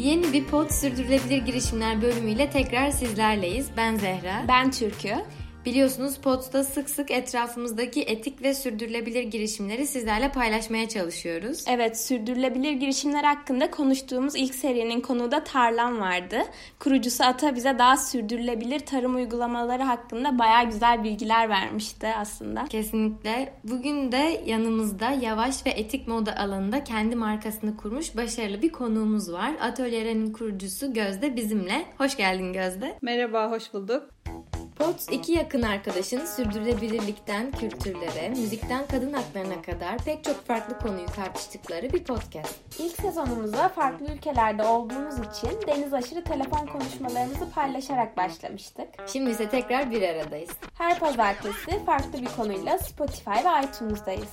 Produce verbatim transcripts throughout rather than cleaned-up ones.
Yeni bir Pod Sürdürülebilir Girişimler bölümüyle tekrar sizlerleyiz. Ben Zehra. Ben Türkü. Biliyorsunuz Pod'da sık sık etrafımızdaki etik ve sürdürülebilir girişimleri sizlerle paylaşmaya çalışıyoruz. Evet, sürdürülebilir girişimler hakkında konuştuğumuz ilk serinin konuğu da Tarlan vardı. Kurucusu Ata bize daha sürdürülebilir tarım uygulamaları hakkında bayağı güzel bilgiler vermişti aslında. Kesinlikle. Bugün de yanımızda yavaş ve etik moda alanında kendi markasını kurmuş başarılı bir konuğumuz var. Atölye'nin kurucusu Gözde bizimle. Hoş geldin Gözde. Merhaba, hoş bulduk. Pod, iki yakın arkadaşın sürdürülebilirlikten kültürlere, müzikten kadın haklarına kadar pek çok farklı konuyu tartıştıkları bir podcast. İlk sezonumuza farklı ülkelerde olduğumuz için deniz aşırı telefon konuşmalarımızı paylaşarak başlamıştık. Şimdi ise tekrar bir aradayız. Her pazartesi farklı bir konuyla Spotify ve iTunes'dayız.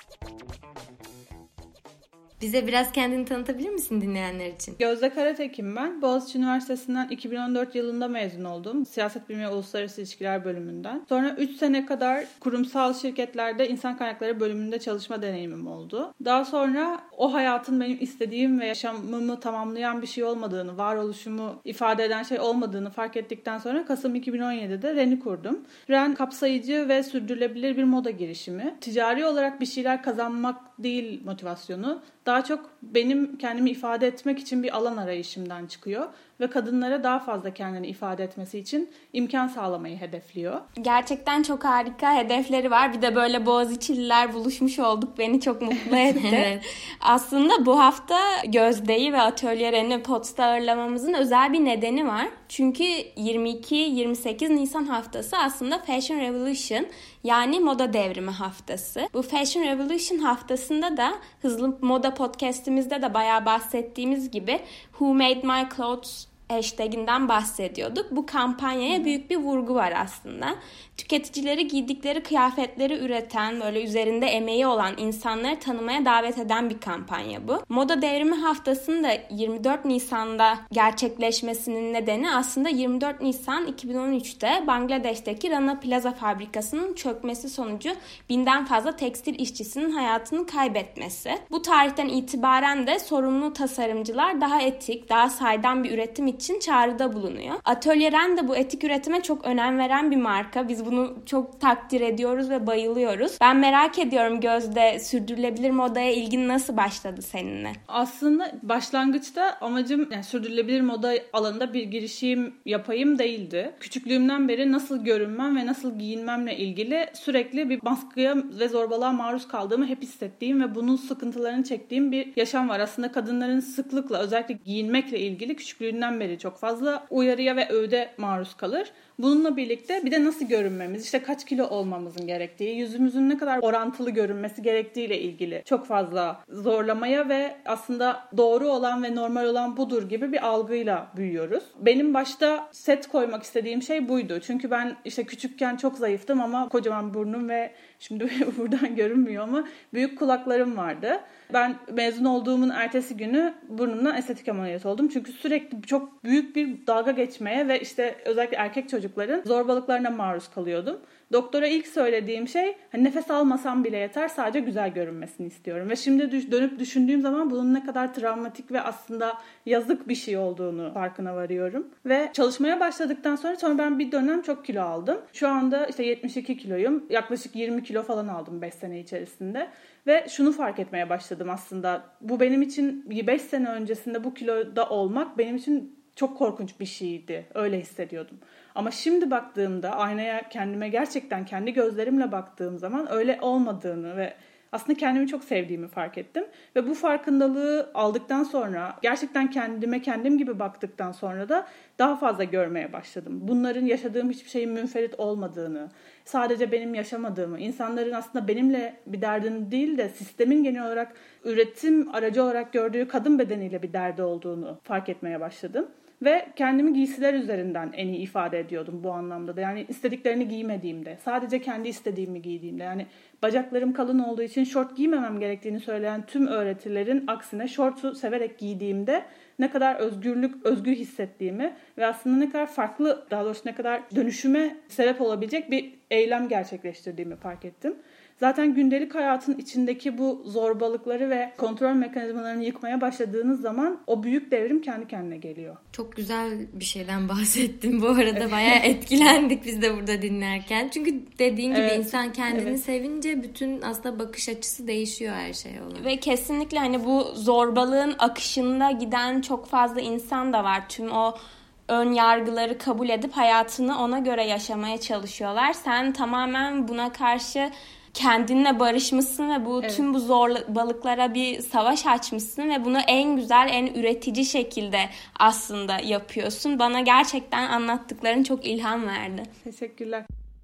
Bize biraz kendini tanıtabilir misin dinleyenler için? Gözde Karatekin ben. Boğaziçi Üniversitesi'nden iki bin on dört yılında mezun oldum. Siyaset Bilimi ve Uluslararası İlişkiler bölümünden. Sonra üç sene kadar kurumsal şirketlerde insan kaynakları bölümünde çalışma deneyimim oldu. Daha sonra o hayatın benim istediğim ve yaşamımı tamamlayan bir şey olmadığını, varoluşumu ifade eden şey olmadığını fark ettikten sonra Kasım iki bin on yedide Ren'i kurdum. Ren kapsayıcı ve sürdürülebilir bir moda girişimi. Ticari olarak bir şeyler kazanmak değil motivasyonu. Daha çok benim kendimi ifade etmek için bir alan arayışımdan çıkıyor ve kadınlara daha fazla kendini ifade etmesi için imkan sağlamayı hedefliyor. Gerçekten çok harika hedefleri var. Bir de böyle Boğaziçi'liler buluşmuş olduk. Beni çok mutlu etti. Evet. Aslında bu hafta Gözde'yi ve Atölye'ni Pod'da ağırlamamızın özel bir nedeni var. Çünkü yirmi iki yirmi sekiz Nisan haftası aslında Fashion Revolution, yani moda devrimi haftası. Bu Fashion Revolution haftasında da Hızlı Moda podcast'imizde de bayağı bahsettiğimiz gibi Who Made My Clothes hashtag'inden bahsediyorduk. Bu kampanyaya büyük bir vurgu var aslında. Tüketicileri giydikleri kıyafetleri üreten, böyle üzerinde emeği olan insanları tanımaya davet eden bir kampanya bu. Moda Devrimi Haftası'nın da yirmi dört Nisan'da gerçekleşmesinin nedeni aslında yirmi dört Nisan iki bin on üçte Bangladeş'teki Rana Plaza fabrikasının çökmesi sonucu binden fazla tekstil işçisinin hayatını kaybetmesi. Bu tarihten itibaren de sorumlu tasarımcılar daha etik, daha saydam bir üretim için çağrıda bulunuyor. Atölye'ren de bu etik üretime çok önem veren bir marka. Biz bunu çok takdir ediyoruz ve bayılıyoruz. Ben merak ediyorum Gözde, sürdürülebilir modaya ilgin nasıl başladı seninle? Aslında başlangıçta amacım yani sürdürülebilir moda alanında bir girişim yapayım değildi. Küçüklüğümden beri nasıl görünmem ve nasıl giyinmemle ilgili sürekli bir baskıya ve zorbalığa maruz kaldığımı hep hissettiğim ve bunun sıkıntılarını çektiğim bir yaşam var. Aslında kadınların sıklıkla özellikle giyinmekle ilgili küçüklüğünden beri çok fazla uyarıya ve öğüde maruz kalır. Bununla birlikte bir de nasıl görünmemiz, işte kaç kilo olmamızın gerektiği, yüzümüzün ne kadar orantılı görünmesi gerektiğiyle ilgili çok fazla zorlamaya ve aslında doğru olan ve normal olan budur gibi bir algıyla büyüyoruz. Benim başta set koymak istediğim şey buydu. Çünkü ben işte küçükken çok zayıftım ama kocaman burnum ve şimdi buradan görünmüyor ama büyük kulaklarım vardı. Ben mezun olduğumun ertesi günü burnumdan estetik ameliyat oldum. Çünkü sürekli çok büyük bir dalga geçmeye ve işte özellikle erkek çocukların zorbalıklarına maruz kalıyordum. Doktora ilk söylediğim şey hani nefes almasam bile yeter, sadece güzel görünmesini istiyorum. Ve şimdi dönüp düşündüğüm zaman bunun ne kadar travmatik ve aslında yazık bir şey olduğunu farkına varıyorum. Ve çalışmaya başladıktan sonra sonra ben bir dönem çok kilo aldım. Şu anda işte yetmiş iki kiloyum. Yaklaşık yirmi kilo falan aldım beş sene içerisinde. Ve şunu fark etmeye başladım aslında. Bu benim için beş sene öncesinde bu kiloda olmak benim için çok korkunç bir şeydi. Öyle hissediyordum. Ama şimdi baktığımda aynaya kendime gerçekten kendi gözlerimle baktığım zaman öyle olmadığını ve aslında kendimi çok sevdiğimi fark ettim. Ve bu farkındalığı aldıktan sonra, gerçekten kendime kendim gibi baktıktan sonra da daha fazla görmeye başladım. Bunların yaşadığım hiçbir şeyin münferit olmadığını, sadece benim yaşamadığımı, insanların aslında benimle bir derdini değil de sistemin genel olarak üretim aracı olarak gördüğü kadın bedeniyle bir derdi olduğunu fark etmeye başladım. Ve kendimi giysiler üzerinden en iyi ifade ediyordum bu anlamda da. Yani istediklerini giymediğimde, sadece kendi istediğimi giydiğimde. Yani bacaklarım kalın olduğu için şort giymemem gerektiğini söyleyen tüm öğretilerin aksine şortu severek giydiğimde ne kadar özgürlük, özgür hissettiğimi ve aslında ne kadar farklı, daha doğrusu ne kadar dönüşüme sebep olabilecek bir eylem gerçekleştirdiğimi fark ettim. zaten gündelik hayatın içindeki bu zorbalıkları ve kontrol mekanizmalarını yıkmaya başladığınız zaman o büyük devrim kendi kendine geliyor. Çok güzel bir şeyden bahsettin. Bu arada bayağı etkilendik biz de burada dinlerken. Çünkü dediğin gibi evet, insan kendini evet. sevince bütün aslında bakış açısı değişiyor her şeye olan. Ve kesinlikle hani bu zorbalığın akışında giden çok fazla insan da var. Tüm o ön yargıları kabul edip hayatını ona göre yaşamaya çalışıyorlar. Sen tamamen buna karşı kendinle barışmışsın ve bu evet. tüm bu zorbalıklara bir savaş açmışsın ve bunu en güzel, en üretici şekilde aslında yapıyorsun. Bana gerçekten anlattıkların çok ilham verdi. Teşekkürler.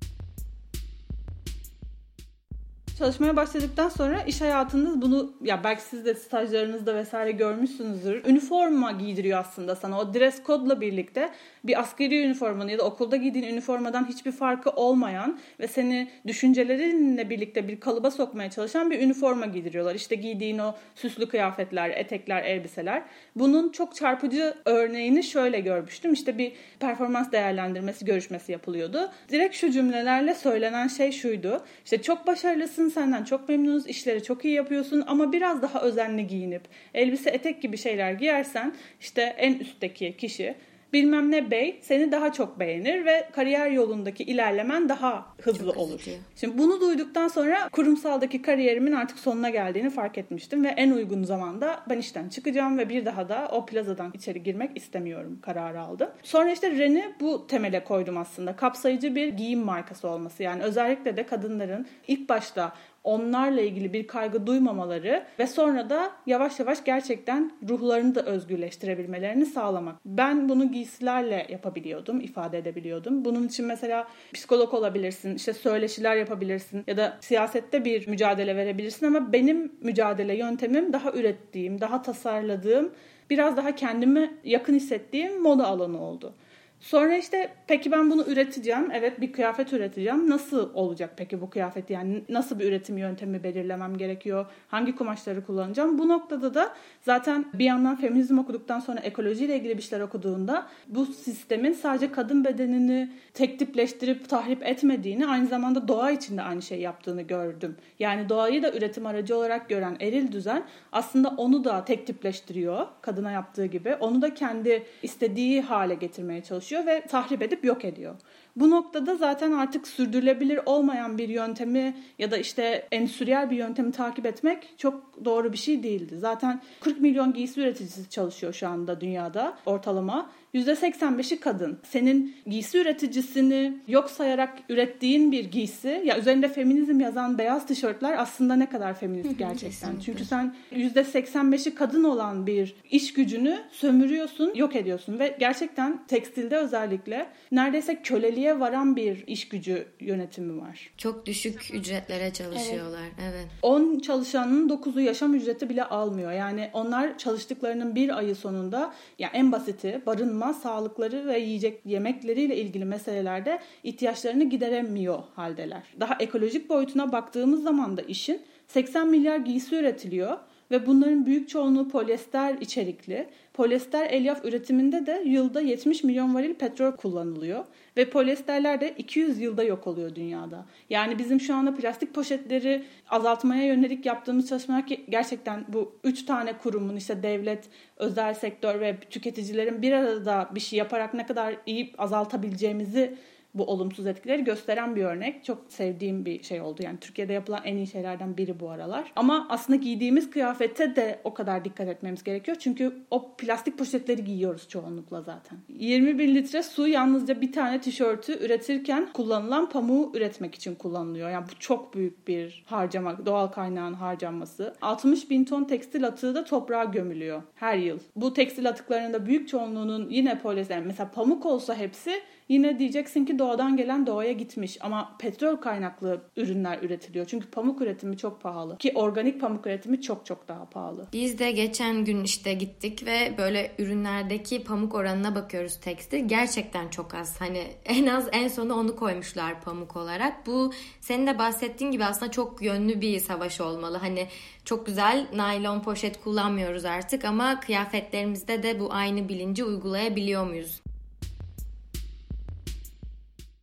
Çalışmaya başladıktan sonra iş hayatınız bunu, ya belki siz de stajlarınızda vesaire görmüşsünüzdür. Üniforma giydiriyor aslında sana. O dress code'la birlikte bir askeri üniformanın ya da okulda giydiğin üniformadan hiçbir farkı olmayan ve seni düşüncelerinle birlikte bir kalıba sokmaya çalışan bir üniforma giydiriyorlar. İşte giydiğin o süslü kıyafetler, etekler, elbiseler. Bunun çok çarpıcı örneğini şöyle görmüştüm. İşte bir performans değerlendirmesi görüşmesi yapılıyordu. Direkt şu cümlelerle söylenen şey şuydu. İşte çok başarılısın, senden çok memnunuz, işleri çok iyi yapıyorsun ama biraz daha özenli giyinip elbise, etek gibi şeyler giyersen işte en üstteki kişi bilmem ne bey seni daha çok beğenir ve kariyer yolundaki ilerlemen daha hızlı çok olur. Üzücü. Şimdi bunu duyduktan sonra kurumsaldaki kariyerimin artık sonuna geldiğini fark etmiştim ve en uygun zamanda ben işten çıkacağım ve bir daha da o plazadan içeri girmek istemiyorum kararı aldım. Sonra işte Ren'i bu temele koydum aslında. Kapsayıcı bir giyim markası olması, yani özellikle de kadınların ilk başta onlarla ilgili bir kaygı duymamaları ve sonra da yavaş yavaş gerçekten ruhlarını da özgürleştirebilmelerini sağlamak. Ben bunu giysilerle yapabiliyordum, ifade edebiliyordum. Bunun için mesela psikolog olabilirsin, işte söyleşiler yapabilirsin ya da siyasette bir mücadele verebilirsin ama benim mücadele yöntemim daha ürettiğim, daha tasarladığım, biraz daha kendime yakın hissettiğim moda alanı oldu. Sonra işte peki ben bunu üreteceğim. Evet, bir kıyafet üreteceğim. Nasıl olacak peki bu kıyafet? Yani nasıl bir üretim yöntemi belirlemem gerekiyor? Hangi kumaşları kullanacağım? Bu noktada da zaten bir yandan feminizm okuduktan sonra ekolojiyle ilgili bir şeyler okuduğunda bu sistemin sadece kadın bedenini tek tipleştirip tahrip etmediğini, aynı zamanda doğa için de aynı şey yaptığını gördüm. Yani doğayı da üretim aracı olarak gören eril düzen aslında onu da tek tipleştiriyor. Kadına yaptığı gibi. Onu da kendi istediği hale getirmeye çalışıyor ve tahrip edip yok ediyor. Bu noktada zaten artık sürdürülebilir olmayan bir yöntemi ya da işte endüstriyel bir yöntemi takip etmek çok doğru bir şey değildi. Zaten kırk milyon giysi üreticisi çalışıyor şu anda dünyada ortalama. yüzde seksen beşi kadın. Senin giysi üreticisini yok sayarak ürettiğin bir giysi, ya üzerinde feminizm yazan beyaz tişörtler aslında ne kadar feminist gerçekten. Çünkü sen yüzde seksen beşi kadın olan bir iş gücünü sömürüyorsun, yok ediyorsun ve gerçekten tekstilde özellikle neredeyse köleliğe varan bir iş gücü yönetimi var. Çok düşük ücretlere çalışıyorlar. Evet. evet. on çalışanın dokuzu yaşam ücreti bile almıyor. Yani onlar çalıştıklarının bir ayı sonunda, ya en basiti barınma, sağlıkları ve yiyecek yemekleriyle ilgili meselelerde ihtiyaçlarını gideremiyor haldeler. Daha ekolojik boyutuna baktığımız zaman da işin seksen milyar giysi üretiliyor ve bunların büyük çoğunluğu polyester içerikli. Polyester elyaf üretiminde de yılda yetmiş milyon varil petrol kullanılıyor ve polyesterler de iki yüz yılda yok oluyor dünyada. Yani bizim şu anda plastik poşetleri azaltmaya yönelik yaptığımız çalışmalar, ki gerçekten bu üç tane kurumun, işte devlet, özel sektör ve tüketicilerin bir arada bir şey yaparak ne kadar iyi azaltabileceğimizi, bu olumsuz etkileri gösteren bir örnek. Çok sevdiğim bir şey oldu. Yani Türkiye'de yapılan en iyi şeylerden biri bu aralar. Ama aslında giydiğimiz kıyafete de o kadar dikkat etmemiz gerekiyor. Çünkü o plastik poşetleri giyiyoruz çoğunlukla zaten. yirmi bin litre su yalnızca bir tane tişörtü üretirken kullanılan pamuğu üretmek için kullanılıyor. Yani bu çok büyük bir harcama, doğal kaynağın harcanması. altmış bin ton tekstil atığı da toprağa gömülüyor her yıl. Bu tekstil atıklarının da büyük çoğunluğunun yine polyester, mesela pamuk olsa hepsi, yine diyeceksin ki doğadan gelen doğaya gitmiş. Ama petrol kaynaklı ürünler üretiliyor. Çünkü pamuk üretimi çok pahalı. Ki organik pamuk üretimi çok çok daha pahalı. Biz de geçen gün işte gittik ve böyle ürünlerdeki pamuk oranına bakıyoruz tekstil. Gerçekten çok az. Hani en az en sona onu koymuşlar pamuk olarak. Bu senin de bahsettiğin gibi aslında çok yönlü bir savaş olmalı. Hani çok güzel naylon poşet kullanmıyoruz artık ama kıyafetlerimizde de bu aynı bilinci uygulayabiliyor muyuz?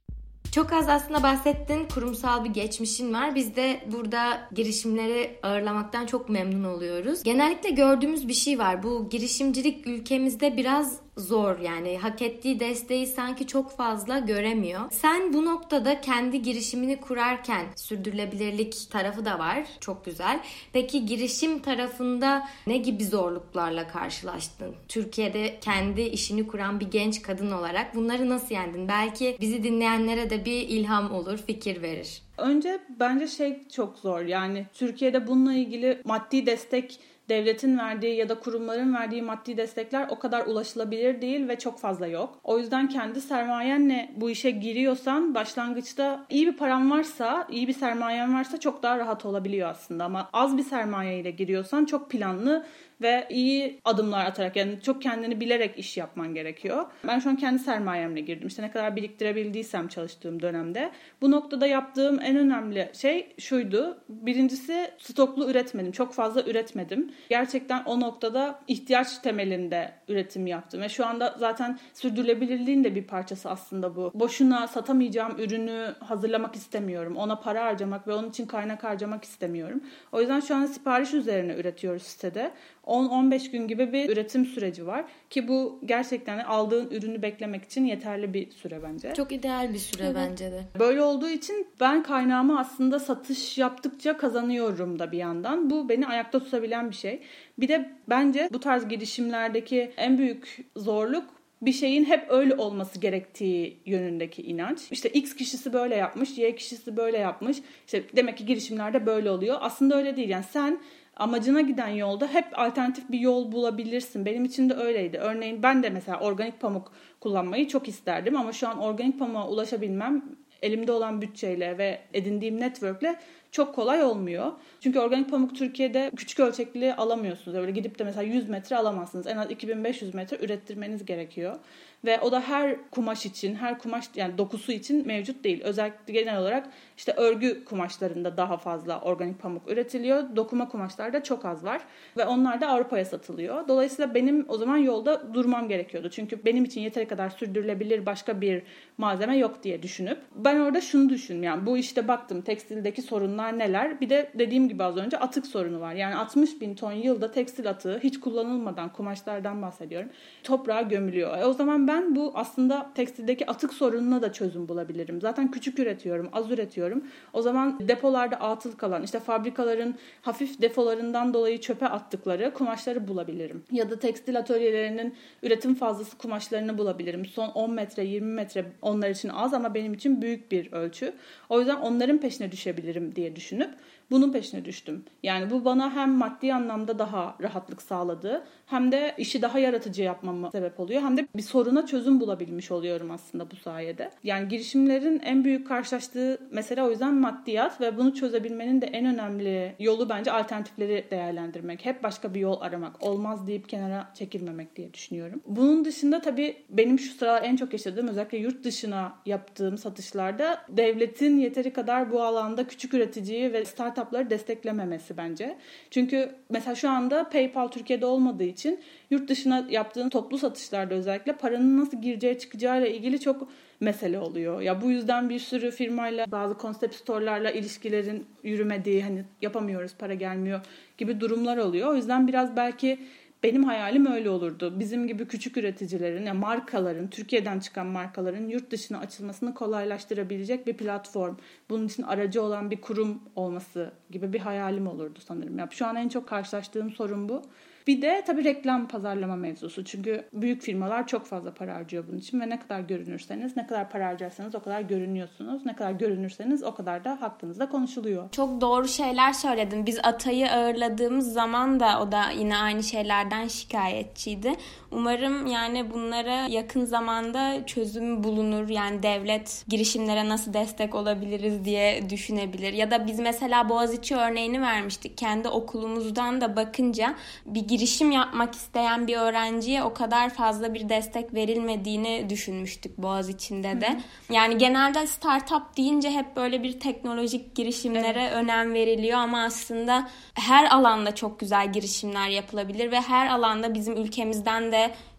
Çok az aslında bahsettin, kurumsal bir geçmişin var. Biz de burada girişimleri ağırlamaktan çok memnun oluyoruz. Genellikle gördüğümüz bir şey var. Bu girişimcilik ülkemizde biraz zor, yani hak ettiği desteği sanki çok fazla göremiyor. Sen bu noktada kendi girişimini kurarken sürdürülebilirlik tarafı da var. Çok güzel. Peki girişim tarafında ne gibi zorluklarla karşılaştın? Türkiye'de kendi işini kuran bir genç kadın olarak bunları nasıl yendin? Belki bizi dinleyenlere de bir ilham olur, fikir verir. Önce bence şey çok zor. Yani Türkiye'de bununla ilgili maddi destek, devletin verdiği ya da kurumların verdiği maddi destekler o kadar ulaşılabilir değil ve çok fazla yok. O yüzden kendi sermayenle bu işe giriyorsan başlangıçta iyi bir paran varsa, iyi bir sermayen varsa çok daha rahat olabiliyor aslında. Ama az bir sermayeyle giriyorsan çok planlı ve iyi adımlar atarak, yani çok kendini bilerek iş yapman gerekiyor. Ben şu an kendi sermayemle girdim. İşte ne kadar biriktirebildiysem çalıştığım dönemde. Bu noktada yaptığım en önemli şey şuydu. Birincisi, stoklu üretmedim. Çok fazla üretmedim. Gerçekten o noktada ihtiyaç temelinde üretim yaptım. Ve şu anda zaten sürdürülebilirliğin de bir parçası aslında bu. Boşuna satamayacağım ürünü hazırlamak istemiyorum. Ona para harcamak ve onun için kaynak harcamak istemiyorum. O yüzden şu an sipariş üzerine üretiyoruz sitede. on on beş gün gibi bir üretim süreci var ki bu gerçekten aldığın ürünü beklemek için yeterli bir süre bence. Çok ideal bir süre evet. Bence de. Böyle olduğu için ben kaynağımı aslında satış yaptıkça kazanıyorum da bir yandan. Bu beni ayakta tutabilen bir şey. Bir de bence bu tarz girişimlerdeki en büyük zorluk bir şeyin hep öyle olması gerektiği yönündeki inanç. İşte X kişisi böyle yapmış, Y kişisi böyle yapmış. İşte demek ki girişimlerde böyle oluyor. Aslında öyle değil. Yani sen amacına giden yolda hep alternatif bir yol bulabilirsin. Benim için de öyleydi. Örneğin ben de mesela organik pamuk kullanmayı çok isterdim ama şu an organik pamuğa ulaşabilmem elimde olan bütçeyle ve edindiğim network'le çok kolay olmuyor. Çünkü organik pamuk Türkiye'de küçük ölçekli alamıyorsunuz. Öyle gidip de mesela yüz metre alamazsınız. En az iki bin beş yüz metre ürettirmeniz gerekiyor. Ve o da her kumaş için, her kumaş yani dokusu için mevcut değil. Özellikle genel olarak işte örgü kumaşlarında daha fazla organik pamuk üretiliyor. Dokuma kumaşlarda çok az var. Ve onlar da Avrupa'ya satılıyor. Dolayısıyla benim o zaman yolda durmam gerekiyordu. Çünkü benim için yeteri kadar sürdürülebilir başka bir malzeme yok diye düşünüp ben orada şunu düşündüm. Yani bu işte baktım tekstildeki sorunlar neler? Bir de dediğim gibi az önce atık sorunu var. Yani altmış bin ton yılda tekstil atığı hiç kullanılmadan kumaşlardan bahsediyorum. Toprağa gömülüyor. E o zaman ben Ben bu aslında tekstildeki atık sorununa da çözüm bulabilirim. Zaten küçük üretiyorum, az üretiyorum. O zaman depolarda atıl kalan, işte fabrikaların hafif defolarından dolayı çöpe attıkları kumaşları bulabilirim. Ya da tekstil atölyelerinin üretim fazlası kumaşlarını bulabilirim. Son on metre, yirmi metre onlar için az ama benim için büyük bir ölçü. O yüzden onların peşine düşebilirim diye düşünüp bunun peşine düştüm. Yani bu bana hem maddi anlamda daha rahatlık sağladı, hem de işi daha yaratıcı yapmama sebep oluyor. Hem de bir soruna çözüm bulabilmiş oluyorum aslında bu sayede. Yani girişimlerin en büyük karşılaştığı mesele o yüzden maddiyat ve bunu çözebilmenin de en önemli yolu bence alternatifleri değerlendirmek. Hep başka bir yol aramak. Olmaz deyip kenara çekilmemek diye düşünüyorum. Bunun dışında tabii benim şu sıralar en çok yaşadığım, özellikle yurt dışına yaptığım satışlarda devletin yeteri kadar bu alanda küçük üreticiyi ve startupları desteklememesi bence. Çünkü mesela şu anda PayPal Türkiye'de olmadığı için yurt dışına yaptığın toplu satışlarda özellikle paranın nasıl gireceği çıkacağıyla ilgili çok mesele oluyor. Ya bu yüzden bir sürü firmayla, bazı concept store'larla ilişkilerin yürümediği, hani yapamıyoruz, para gelmiyor gibi durumlar oluyor. O yüzden biraz belki benim hayalim öyle olurdu. Bizim gibi küçük üreticilerin, yani markaların, Türkiye'den çıkan markaların yurt dışına açılmasını kolaylaştırabilecek bir platform, bunun için aracı olan bir kurum olması gibi bir hayalim olurdu sanırım. Ya şu an en çok karşılaştığım sorun bu. Bir de tabii reklam, pazarlama mevzusu. Çünkü büyük firmalar çok fazla para harcıyor bunun için ve ne kadar görünürseniz, ne kadar para harcarsanız o kadar görünüyorsunuz. Ne kadar görünürseniz o kadar da hakkınızda konuşuluyor. Çok doğru şeyler söyledin. Biz Atay'ı ağırladığımız zaman da o da yine aynı şeylerden şikayetçiydi. Umarım yani bunlara yakın zamanda çözüm bulunur. Yani devlet girişimlere nasıl destek olabiliriz diye düşünebilir. Ya da biz mesela Boğaziçi örneğini vermiştik. Kendi okulumuzdan da bakınca bir girişim yapmak isteyen bir öğrenciye o kadar fazla bir destek verilmediğini düşünmüştük Boğaziçi'nde de. Hı hı. Yani genelde startup deyince hep böyle bir teknolojik girişimlere evet. önem veriliyor ama aslında her alanda çok güzel girişimler yapılabilir ve her alanda bizim ülkemizden de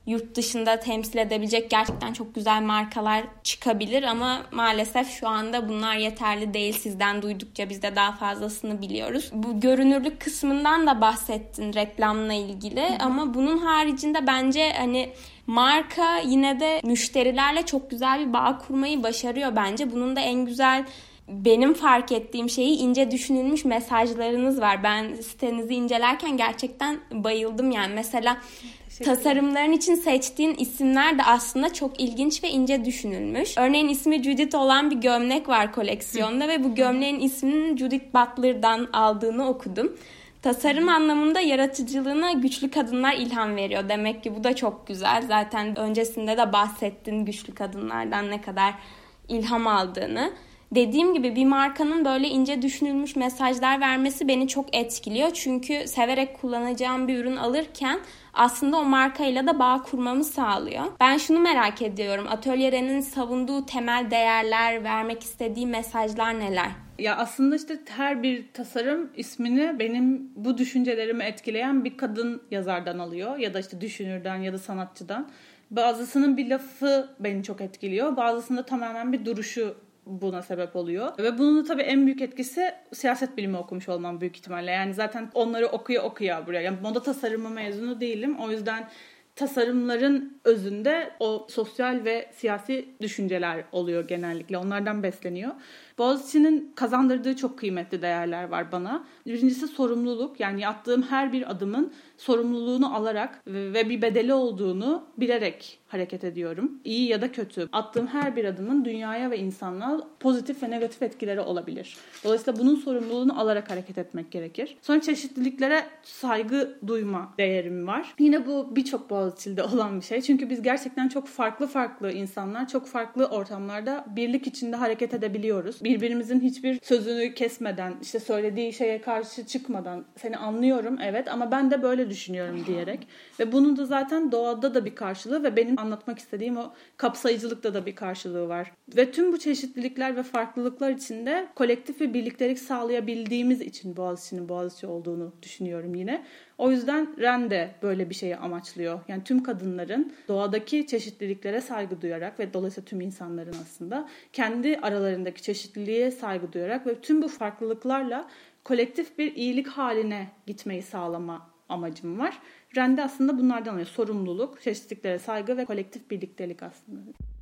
yurt dışında temsil edebilecek gerçekten çok güzel markalar çıkabilir ama maalesef şu anda bunlar yeterli değil. Sizden duydukça biz de daha fazlasını biliyoruz. Bu görünürlük kısmından da bahsettin reklamla ilgili. Hı hı. Ama bunun haricinde bence hani marka yine de müşterilerle çok güzel bir bağ kurmayı başarıyor bence. Bunun da en güzel benim fark ettiğim şeyi ince düşünülmüş mesajlarınız var. Ben sitenizi incelerken gerçekten bayıldım yani. Mesela tasarımların için seçtiğin isimler de aslında çok ilginç ve ince düşünülmüş. Örneğin ismi Judith olan bir gömlek var koleksiyonda ve bu gömleğin isminin Judith Butler'dan aldığını okudum. Tasarım anlamında yaratıcılığına güçlü kadınlar ilham veriyor. Demek ki bu da çok güzel. Zaten öncesinde de bahsettin güçlü kadınlardan ne kadar ilham aldığını. Dediğim gibi bir markanın böyle ince düşünülmüş mesajlar vermesi beni çok etkiliyor. Çünkü severek kullanacağım bir ürün alırken aslında o markayla da bağ kurmamı sağlıyor. Ben şunu merak ediyorum. Atölye Ren'in savunduğu temel değerler, vermek istediği mesajlar neler? Ya aslında işte her bir tasarım ismini benim bu düşüncelerimi etkileyen bir kadın yazardan alıyor. Ya da işte düşünürden ya da sanatçıdan. Bazısının bir lafı beni çok etkiliyor. Bazısında tamamen bir duruşu buna sebep oluyor. Ve bunun da tabii en büyük etkisi siyaset bilimi okumuş olmam büyük ihtimalle. Yani zaten onları okuya okuya buraya. Yani moda tasarımı mezunu değilim. O yüzden tasarımların özünde o sosyal ve siyasi düşünceler oluyor genellikle. Onlardan besleniyor. Boğaziçi'nin kazandırdığı çok kıymetli değerler var bana. Birincisi sorumluluk. Yani attığım her bir adımın sorumluluğunu alarak ve bir bedeli olduğunu bilerek hareket ediyorum. İyi ya da kötü. Attığım her bir adımın dünyaya ve insanlığa pozitif ve negatif etkileri olabilir. Dolayısıyla bunun sorumluluğunu alarak hareket etmek gerekir. Sonra çeşitliliklere saygı duyma değerim var. Yine bu birçok Boğaziçi'de olan bir şey. Çünkü biz gerçekten çok farklı farklı insanlar, çok farklı ortamlarda birlik içinde hareket edebiliyoruz. Birbirimizin hiçbir sözünü kesmeden, işte söylediği şeye karşı çıkmadan seni anlıyorum evet ama ben de böyle düşünüyorum diyerek. Ve bunun da zaten doğada da bir karşılığı ve benim anlatmak istediğim o kapsayıcılıkta da bir karşılığı var. Ve tüm bu çeşitlilikler ve farklılıklar içinde kolektif bir birliktelik sağlayabildiğimiz için Boğaziçi'nin Boğaziçi olduğunu düşünüyorum yine. O yüzden Ren de böyle bir şeyi amaçlıyor. Yani tüm kadınların doğadaki çeşitliliklere saygı duyarak ve dolayısıyla tüm insanların aslında kendi aralarındaki çeşitliliğe saygı duyarak ve tüm bu farklılıklarla kolektif bir iyilik haline gitmeyi sağlama amacım var. Ren de aslında bunlardan alıyor. Sorumluluk, çeşitliliklere saygı ve kolektif birliktelik aslında.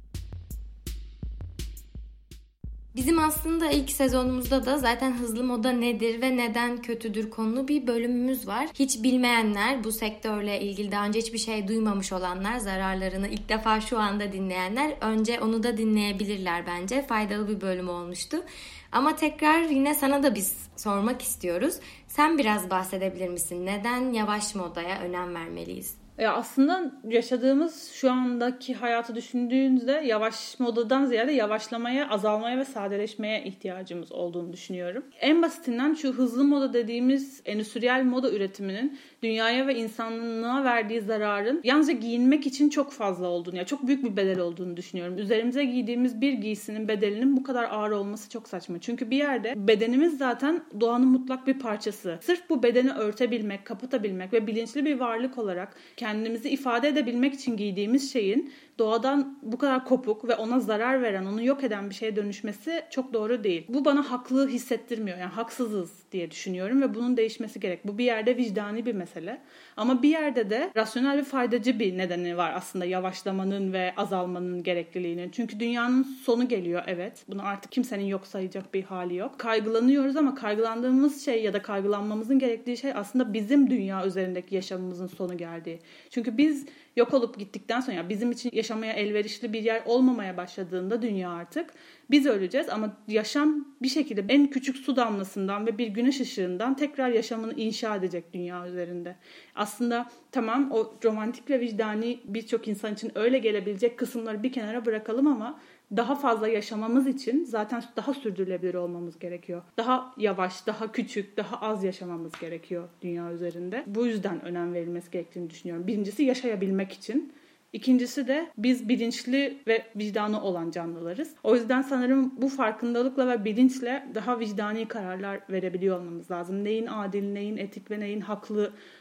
Bizim aslında ilk sezonumuzda da zaten hızlı moda nedir ve neden kötüdür konulu bir bölümümüz var. Hiç bilmeyenler, bu sektörle ilgili daha önce hiçbir şey duymamış olanlar, zararlarını ilk defa şu anda dinleyenler önce onu da dinleyebilirler bence. Faydalı bir bölüm olmuştu. Ama tekrar yine sana da biz sormak istiyoruz. Sen biraz bahsedebilir misin? Neden yavaş modaya önem vermeliyiz? Ya aslında yaşadığımız şu andaki hayatı düşündüğünüzde yavaş modadan ziyade yavaşlamaya, azalmaya ve sadeleşmeye ihtiyacımız olduğunu düşünüyorum. En basitinden şu hızlı moda dediğimiz endüstriyel moda üretiminin dünyaya ve insanlığa verdiği zararın yalnızca giyinmek için çok fazla olduğunu, yani çok büyük bir bedel olduğunu düşünüyorum. Üzerimize giydiğimiz bir giysinin bedelinin bu kadar ağır olması çok saçma. Çünkü bir yerde bedenimiz zaten doğanın mutlak bir parçası. Sırf bu bedeni örtebilmek, kapatabilmek ve bilinçli bir varlık olarak kendimizi ifade edebilmek için giydiğimiz şeyin doğadan bu kadar kopuk ve ona zarar veren, onu yok eden bir şeye dönüşmesi çok doğru değil. Bu bana haklı hissettirmiyor. Yani haksızız diye düşünüyorum ve bunun değişmesi gerek. Bu bir yerde vicdani bir mesele. Ama bir yerde de rasyonel ve faydacı bir nedeni var aslında yavaşlamanın ve azalmanın gerekliliğinin. Çünkü dünyanın sonu geliyor evet. Bunu artık kimsenin yok sayacak bir hali yok. Kaygılanıyoruz ama kaygılandığımız şey ya da kaygılanmamızın gerektiği şey aslında bizim dünya üzerindeki yaşamımızın sonu geldiği. Çünkü biz yok olup gittikten sonra, yani bizim için yaşamaya elverişli bir yer olmamaya başladığında dünya artık biz öleceğiz ama yaşam bir şekilde en küçük su damlasından ve bir güneş ışığından tekrar yaşamını inşa edecek dünya üzerinde. Aslında tamam o romantik ve vicdani birçok insan için öyle gelebilecek kısımları bir kenara bırakalım ama daha fazla yaşamamız için zaten daha sürdürülebilir olmamız gerekiyor. Daha yavaş, daha küçük, daha az yaşamamız gerekiyor dünya üzerinde. Bu yüzden önem verilmesi gerektiğini düşünüyorum. Birincisi yaşayabilmek için. İkincisi de biz bilinçli ve vicdanı olan canlılarız. O yüzden sanırım bu farkındalıkla ve bilinçle daha vicdani kararlar verebiliyor olmamız lazım. Neyin adil, neyin etik ve neyin haklı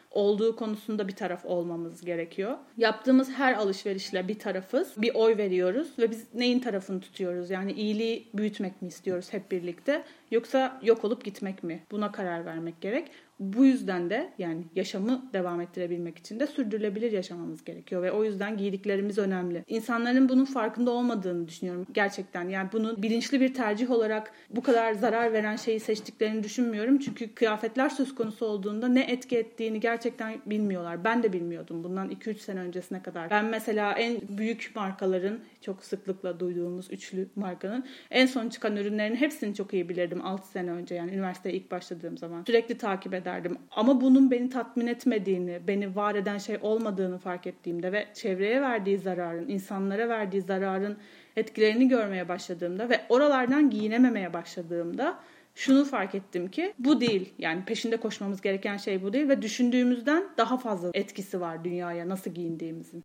olduğu konusunda bir taraf olmamız gerekiyor. Yaptığımız her alışverişle bir tarafız. Bir oy veriyoruz ve biz neyin tarafını tutuyoruz? Yani iyiliği büyütmek mi istiyoruz hep birlikte? Yoksa yok olup gitmek mi? Buna karar vermek gerek. Bu yüzden de yani yaşamı devam ettirebilmek için de sürdürülebilir yaşamamız gerekiyor ve o yüzden giydiklerimiz önemli. İnsanların bunun farkında olmadığını düşünüyorum gerçekten. Yani bunu bilinçli bir tercih olarak bu kadar zarar veren şeyi seçtiklerini düşünmüyorum. Çünkü kıyafetler söz konusu olduğunda ne etki ettiğini gerçekten bilmiyorlar. Ben de bilmiyordum bundan iki üç sene öncesine kadar. Ben mesela en büyük markaların, çok sıklıkla duyduğumuz üçlü markanın en son çıkan ürünlerin hepsini çok iyi bilirdim altı sene önce, yani üniversiteye ilk başladığım zaman. Sürekli takip ederdim. Ama bunun beni tatmin etmediğini, beni var eden şey olmadığını fark ettiğimde ve çevreye verdiği zararın, insanlara verdiği zararın etkilerini görmeye başladığımda ve oralardan giyinememeye başladığımda şunu fark ettim ki bu değil. Yani peşinde koşmamız gereken şey bu değil ve düşündüğümüzden daha fazla etkisi var dünyaya nasıl giyindiğimizin.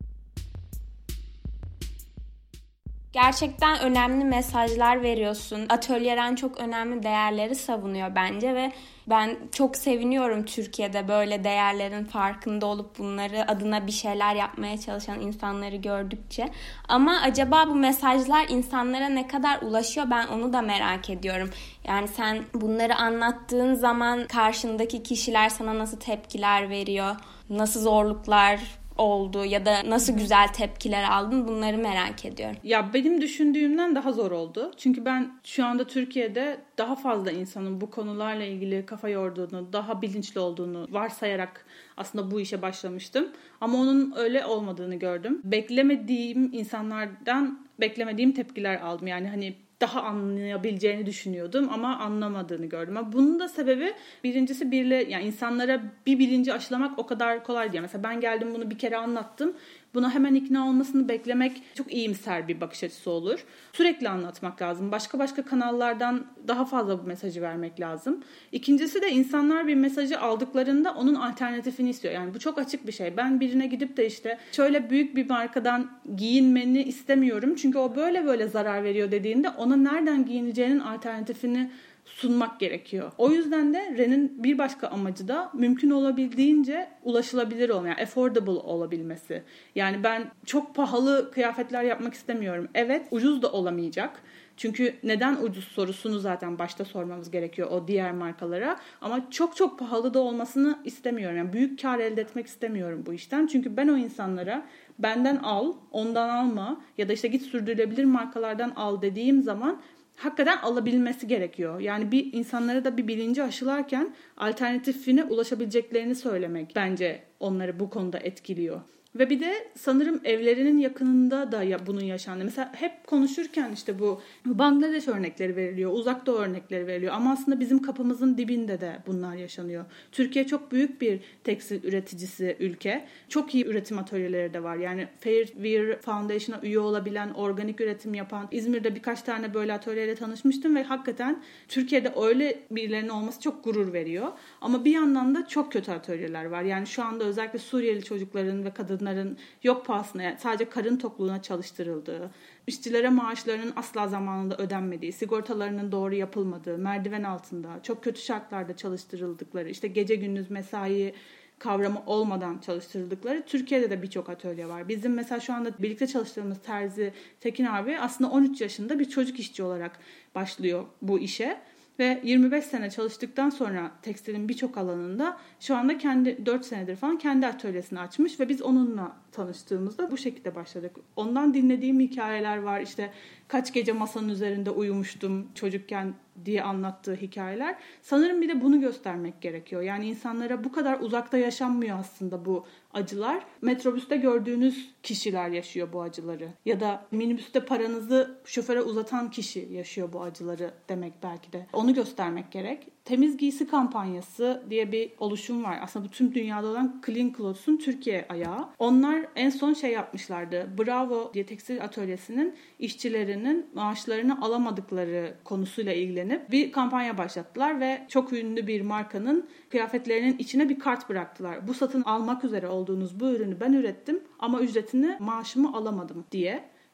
Gerçekten önemli mesajlar veriyorsun. Atölyeren çok önemli değerleri savunuyor bence ve ben çok seviniyorum Türkiye'de böyle değerlerin farkında olup bunları adına bir şeyler yapmaya çalışan insanları gördükçe. Ama acaba bu mesajlar insanlara ne kadar ulaşıyor, ben onu da merak ediyorum. Yani sen bunları anlattığın zaman karşındaki kişiler sana nasıl tepkiler veriyor, nasıl zorluklar oldu ya da nasıl güzel tepkiler aldın, bunları merak ediyorum. Ya benim düşündüğümden daha zor oldu. Çünkü ben şu anda Türkiye'de daha fazla insanın bu konularla ilgili kafa yorduğunu, daha bilinçli olduğunu varsayarak aslında bu işe başlamıştım. Ama onun öyle olmadığını gördüm. Beklemediğim insanlardan beklemediğim tepkiler aldım. Yani hani daha anlayabileceğini düşünüyordum ama anlamadığını gördüm. Ama bunun da sebebi birincisi birle, yani insanlara bir bilinci aşılamak o kadar kolay değil. Mesela ben geldim bunu bir kere anlattım. Buna hemen ikna olmasını beklemek çok iyimser bir bakış açısı olur. Sürekli anlatmak lazım. Başka başka kanallardan daha fazla bu mesajı vermek lazım. İkincisi de insanlar bir mesajı aldıklarında onun alternatifini istiyor. Yani bu çok açık bir şey. Ben birine gidip de işte şöyle büyük bir markadan giyinmeni istemiyorum çünkü o böyle böyle zarar veriyor dediğinde ona nereden giyineceğinin alternatifini sunmak gerekiyor. O yüzden de Ren'in bir başka amacı da mümkün olabildiğince ulaşılabilir olma, yani affordable olabilmesi. Yani ben çok pahalı kıyafetler yapmak istemiyorum. Evet, ucuz da olamayacak. Çünkü neden ucuz sorusunu zaten başta sormamız gerekiyor o diğer markalara. Ama çok çok pahalı da olmasını istemiyorum. Yani büyük kar elde etmek istemiyorum bu işten. Çünkü ben o insanlara benden al, ondan alma ya da işte git sürdürülebilir markalardan al dediğim zaman hakikaten alabilmesi gerekiyor. Yani bir insanlara da bir bilinci aşılarken alternatifine ulaşabileceklerini söylemek bence onları bu konuda etkiliyor. Ve bir de sanırım evlerinin yakınında da ya bunun yaşandığı. Mesela hep konuşurken işte bu Bangladeş örnekleri veriliyor, Uzak Doğu örnekleri veriliyor. Ama aslında bizim kapımızın dibinde de bunlar yaşanıyor. Türkiye çok büyük bir tekstil üreticisi ülke. Çok iyi üretim atölyeleri de var. Yani Fairwear Foundation'a üye olabilen, organik üretim yapan, İzmir'de birkaç tane böyle atölyeyle tanışmıştım ve hakikaten Türkiye'de öyle birilerinin olması çok gurur veriyor. Ama bir yandan da çok kötü atölyeler var. Yani şu anda özellikle Suriyeli çocukların ve kadınların yok pahasına, yani sadece karın tokluğuna çalıştırıldığı, işçilere maaşlarının asla zamanında ödenmediği, sigortalarının doğru yapılmadığı, merdiven altında, çok kötü şartlarda çalıştırıldıkları, işte gece gündüz mesai kavramı olmadan çalıştırıldıkları Türkiye'de de birçok atölye var. Bizim mesela şu anda birlikte çalıştığımız terzi Tekin abi aslında on üç yaşında bir çocuk işçi olarak başlıyor bu işe. Ve yirmi beş sene çalıştıktan sonra tekstilin birçok alanında şu anda kendi dört senedir falan kendi atölyesini açmış ve biz onunla tanıştığımızda bu şekilde başladık. Ondan dinlediğim hikayeler var. İşte kaç gece masanın üzerinde uyumuştum çocukken diye anlattığı hikayeler. Sanırım bir de bunu göstermek gerekiyor. Yani insanlara bu kadar uzakta yaşanmıyor aslında bu acılar. Metrobüste gördüğünüz kişiler yaşıyor bu acıları. Ya da minibüste paranızı şoföre uzatan kişi yaşıyor bu acıları demek belki de. Onu göstermek gerek. Temiz Giysi Kampanyası diye bir oluşum var. Aslında bu tüm dünyada olan Clean Clothes'un Türkiye ayağı. Onlar en son şey yapmışlardı. Bravo diye tekstil atölyesinin işçilerinin maaşlarını alamadıkları konusuyla ilgilenip bir kampanya başlattılar ve çok ünlü bir markanın kıyafetlerinin içine bir kart bıraktılar. Bu satın almak üzere olduğunuz bu ürünü ben ürettim ama ücretini, maaşımı alamadım diye. Bu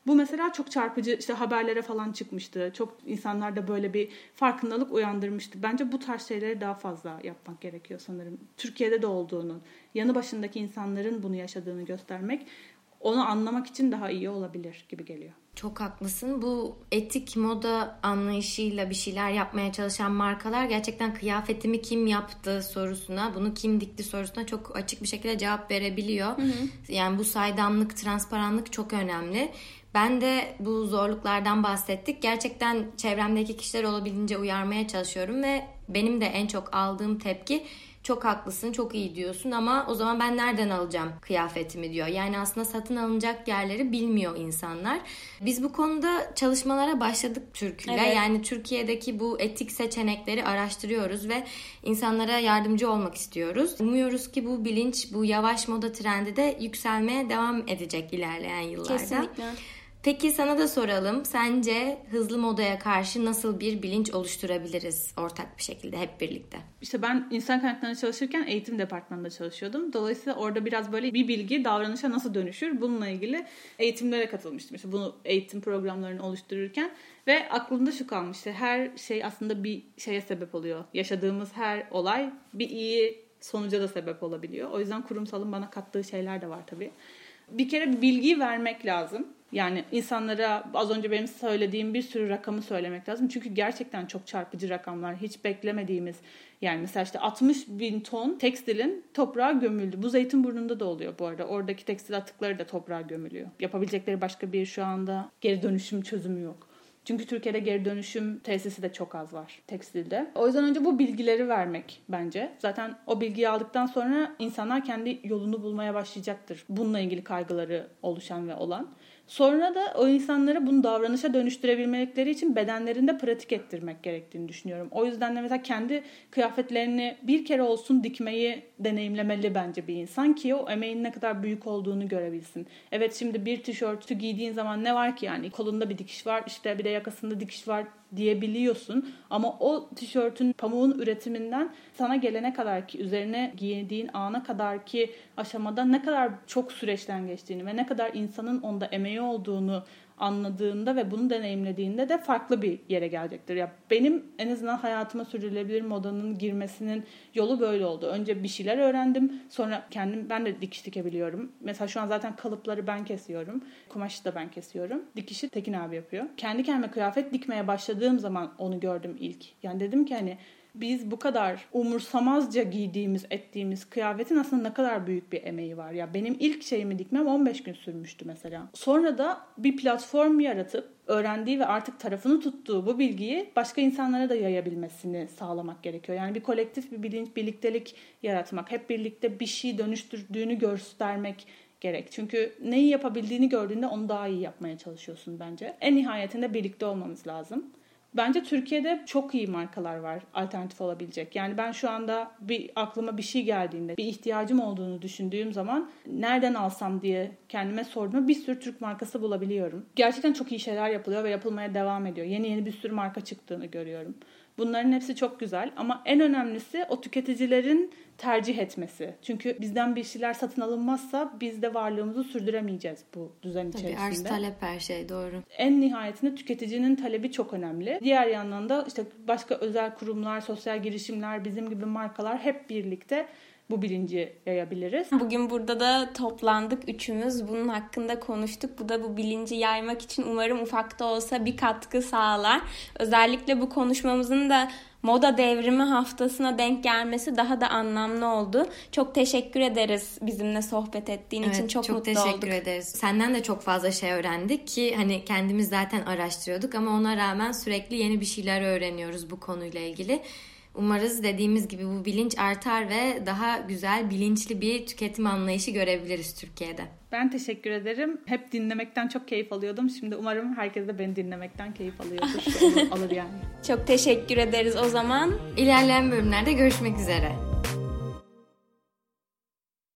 Bu mesela çok çarpıcı, işte haberlere falan çıkmıştı. Çok insanlarda böyle bir farkındalık uyandırmıştı. Bence bu tarz şeyleri daha fazla yapmak gerekiyor sanırım. Türkiye'de de olduğunu, yanı başındaki insanların bunu yaşadığını göstermek, onu anlamak için daha iyi olabilir gibi geliyor. Çok haklısın. Bu etik moda anlayışıyla bir şeyler yapmaya çalışan markalar gerçekten kıyafetimi kim yaptı sorusuna, bunu kim dikti sorusuna çok açık bir şekilde cevap verebiliyor. Hı hı. Yani bu saydamlık, transparanlık çok önemli. Ben de bu zorluklardan bahsettik. Gerçekten çevremdeki kişiler olabildiğince uyarmaya çalışıyorum ve benim de en çok aldığım tepki, çok haklısın, çok iyi diyorsun ama o zaman ben nereden alacağım kıyafetimi diyor. Yani aslında satın alınacak yerleri bilmiyor insanlar. Biz bu konuda çalışmalara başladık Türk'le. Evet. Yani Türkiye'deki bu etik seçenekleri araştırıyoruz ve insanlara yardımcı olmak istiyoruz. Umuyoruz ki bu bilinç, bu yavaş moda trendi de yükselmeye devam edecek ilerleyen yıllarda. Kesinlikle. Peki sana da soralım. Sence hızlı modaya karşı nasıl bir bilinç oluşturabiliriz ortak bir şekilde hep birlikte? İşte ben insan kaynaklarında çalışırken eğitim departmanında çalışıyordum. Dolayısıyla orada biraz böyle bir bilgi davranışa nasıl dönüşür bununla ilgili eğitimlere katılmıştım. İşte bunu eğitim programlarını oluştururken ve aklımda şu kalmıştı. Her şey aslında bir şeye sebep oluyor. Yaşadığımız her olay bir iyi sonuca da sebep olabiliyor. O yüzden kurumsalın bana kattığı şeyler de var tabii. Bir kere bir bilgiyi vermek lazım. Yani insanlara az önce benim söylediğim bir sürü rakamı söylemek lazım. Çünkü gerçekten çok çarpıcı rakamlar. Hiç beklemediğimiz, yani mesela işte altmış bin ton tekstilin toprağa gömüldü. Bu Zeytinburnu'nda da oluyor bu arada. Oradaki tekstil atıkları da toprağa gömülüyor. Yapabilecekleri başka bir şu anda geri dönüşüm çözümü yok. Çünkü Türkiye'de geri dönüşüm tesisi de çok az var tekstilde. O yüzden önce bu bilgileri vermek bence. Zaten o bilgiyi aldıktan sonra insanlar kendi yolunu bulmaya başlayacaktır. Bununla ilgili kaygıları oluşan ve olan. Sonra da o insanlara bunu davranışa dönüştürebilmeleri için bedenlerinde pratik ettirmek gerektiğini düşünüyorum. O yüzden de mesela kendi kıyafetlerini bir kere olsun dikmeyi deneyimlemeli bence bir insan ki o emeğin ne kadar büyük olduğunu görebilsin. Evet, şimdi bir tişörtü giydiğin zaman ne var ki yani? Kolunda bir dikiş var, işte bir de yakasında dikiş var diyebiliyorsun. Ama o tişörtün, pamuğun üretiminden sana gelene kadar ki, üzerine giydiğin ana kadar ki aşamada ne kadar çok süreçten geçtiğini ve ne kadar insanın onda emeği olduğunu anladığında ve bunu deneyimlediğinde de farklı bir yere gelecektir. Ya benim en azından hayatıma sürdürülebilir modanın girmesinin yolu böyle oldu. Önce bir şeyler öğrendim. Sonra kendim, ben de dikiş dikebiliyorum. Mesela şu an zaten kalıpları ben kesiyorum. Kumaşı da ben kesiyorum. Dikişi Tekin abi yapıyor. Kendi kendime kıyafet dikmeye başladığım zaman onu gördüm ilk. Yani dedim ki hani biz bu kadar umursamazca giydiğimiz, ettiğimiz kıyafetin aslında ne kadar büyük bir emeği var. Ya benim ilk şeyimi dikmem on beş gün sürmüştü mesela. Sonra da bir platform yaratıp öğrendiği ve artık tarafını tuttuğu bu bilgiyi başka insanlara da yayabilmesini sağlamak gerekiyor. Yani bir kolektif bir bilinç, birliktelik yaratmak, hep birlikte bir şey dönüştürdüğünü göstermek gerek. Çünkü neyi yapabildiğini gördüğünde onu daha iyi yapmaya çalışıyorsun bence. En nihayetinde birlikte olmamız lazım. Bence Türkiye'de çok iyi markalar var alternatif olabilecek. Yani ben şu anda bir aklıma bir şey geldiğinde, bir ihtiyacım olduğunu düşündüğüm zaman nereden alsam diye kendime sorduğumda bir sürü Türk markası bulabiliyorum. Gerçekten çok iyi şeyler yapılıyor ve yapılmaya devam ediyor. Yeni yeni bir sürü marka çıktığını görüyorum. Bunların hepsi çok güzel ama en önemlisi o tüketicilerin tercih etmesi. Çünkü bizden bir şeyler satın alınmazsa biz de varlığımızı sürdüremeyeceğiz bu düzen içerisinde. Tabii arz talep her şey, doğru. En nihayetinde tüketicinin talebi çok önemli. Diğer yandan da işte başka özel kurumlar, sosyal girişimler, bizim gibi markalar hep birlikte bu bilinci yayabiliriz. Bugün burada da toplandık üçümüz. Bunun hakkında konuştuk. Bu da bu bilinci yaymak için umarım ufak da olsa bir katkı sağlar. Özellikle bu konuşmamızın da moda devrimi haftasına denk gelmesi daha da anlamlı oldu. Çok teşekkür ederiz bizimle sohbet ettiğin evet, için. Çok, çok mutlu olduk. Çok teşekkür ederiz. Senden de çok fazla şey öğrendik ki hani kendimiz zaten araştırıyorduk ama ona rağmen sürekli yeni bir şeyler öğreniyoruz bu konuyla ilgili. Umarız dediğimiz gibi bu bilinç artar ve daha güzel, bilinçli bir tüketim anlayışı görebiliriz Türkiye'de. Ben teşekkür ederim. Hep dinlemekten çok keyif alıyordum. Şimdi umarım herkes de beni dinlemekten keyif alıyordur. Alır yani. Çok teşekkür ederiz o zaman. İlerleyen bölümlerde görüşmek üzere.